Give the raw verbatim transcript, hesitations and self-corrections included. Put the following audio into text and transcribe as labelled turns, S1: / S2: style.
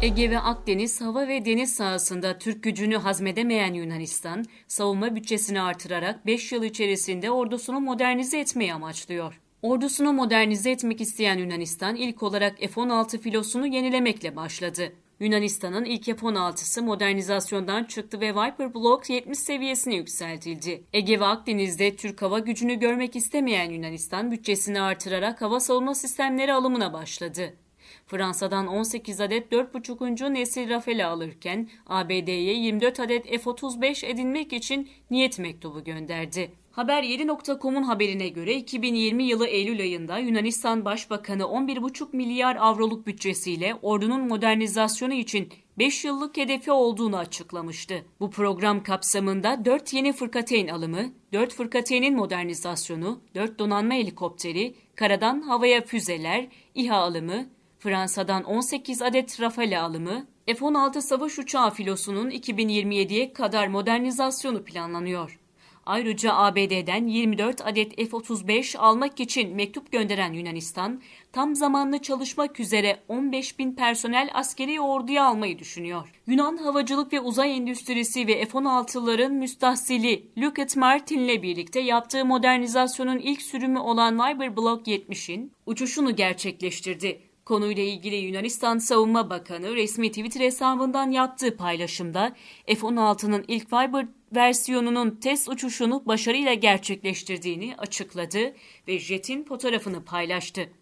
S1: Ege ve Akdeniz hava ve deniz sahasında Türk gücünü hazmedemeyen Yunanistan, savunma bütçesini artırarak beş yıl içerisinde ordusunu modernize etmeyi amaçlıyor. Ordusunu modernize etmek isteyen Yunanistan ilk olarak F on altı filosunu yenilemekle başladı. Yunanistan'ın ilk F on altısı modernizasyondan çıktı ve Viper Block yetmiş seviyesine yükseltildi. Ege ve Akdeniz'de Türk hava gücünü görmek istemeyen Yunanistan bütçesini artırarak hava savunma sistemleri alımına başladı. Fransa'dan on sekiz adet dört buçukuncu nesil Rafale alırken A B D'ye yirmi dört adet F otuz beş edinmek için niyet mektubu gönderdi. Haber yedi nokta com'un haberine göre iki bin yirmi yılı Eylül ayında Yunanistan Başbakanı on bir buçuk milyar avroluk bütçesiyle ordunun modernizasyonu için beş yıllık hedefi olduğunu açıklamıştı. Bu program kapsamında dört yeni fırkateyn alımı, dört fırkateynin modernizasyonu, dört donanma helikopteri, karadan havaya füzeler, İHA alımı, Fransa'dan on sekiz adet Rafale alımı, F on altı savaş uçağı filosunun iki bin yirmi yediye kadar modernizasyonu planlanıyor. Ayrıca A B D'den yirmi dört adet F otuz beş almak için mektup gönderen Yunanistan, tam zamanlı çalışmak üzere on beş bin personel askeri orduya almayı düşünüyor. Yunan havacılık ve uzay endüstrisi ve F on altıların müstahsili Lockheed Martin'le birlikte yaptığı modernizasyonun ilk sürümü olan Viper Block yetmişin uçuşunu gerçekleştirdi. Konuyla ilgili Yunanistan Savunma Bakanı resmi Twitter hesabından yaptığı paylaşımda F on altının ilk Viper versiyonunun test uçuşunu başarıyla gerçekleştirdiğini açıkladı ve jetin fotoğrafını paylaştı.